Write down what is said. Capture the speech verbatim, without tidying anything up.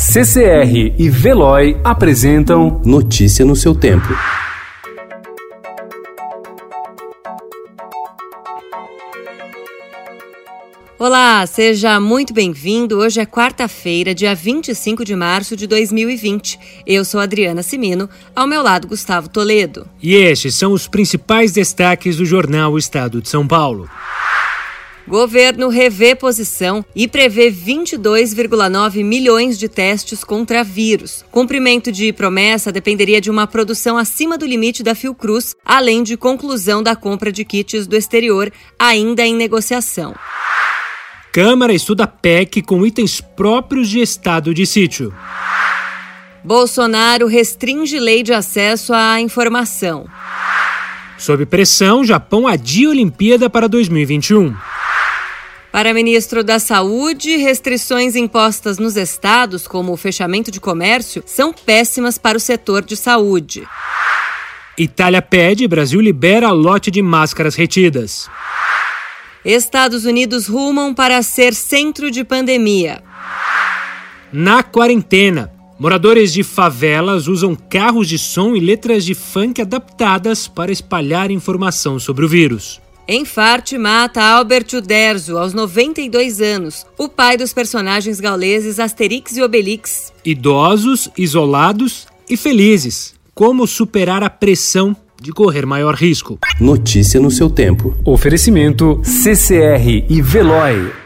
C C R e Veloy apresentam Notícia no seu tempo. Olá, seja muito bem-vindo. Hoje é quarta-feira, dia vinte e cinco de março de dois mil e vinte. Eu sou Adriana Cimino, ao meu lado Gustavo Toledo. E estes são os principais destaques do jornal Estado de São Paulo. Governo revê posição e prevê vinte e dois vírgula nove milhões de testes contra vírus. Cumprimento de promessa dependeria de uma produção acima do limite da Fiocruz, além de conclusão da compra de kits do exterior, ainda em negociação. Câmara estuda P E C com itens próprios de estado de sítio. Bolsonaro restringe lei de acesso à informação. Sob pressão, Japão adia a Olimpíada para dois mil e vinte e um. Para o ministro da Saúde, restrições impostas nos estados, como o fechamento de comércio, são péssimas para o setor de saúde. Itália pede, Brasil libera lote de máscaras retidas. Estados Unidos rumam para ser centro de pandemia. Na quarentena, moradores de favelas usam carros de som e letras de funk adaptadas para espalhar informação sobre o vírus. Enfarte mata Albert Uderzo, aos noventa e dois anos, o pai dos personagens gauleses Asterix e Obelix. Idosos, isolados e felizes. Como superar a pressão de correr maior risco? Notícia no seu tempo. Oferecimento C C R e Veloy.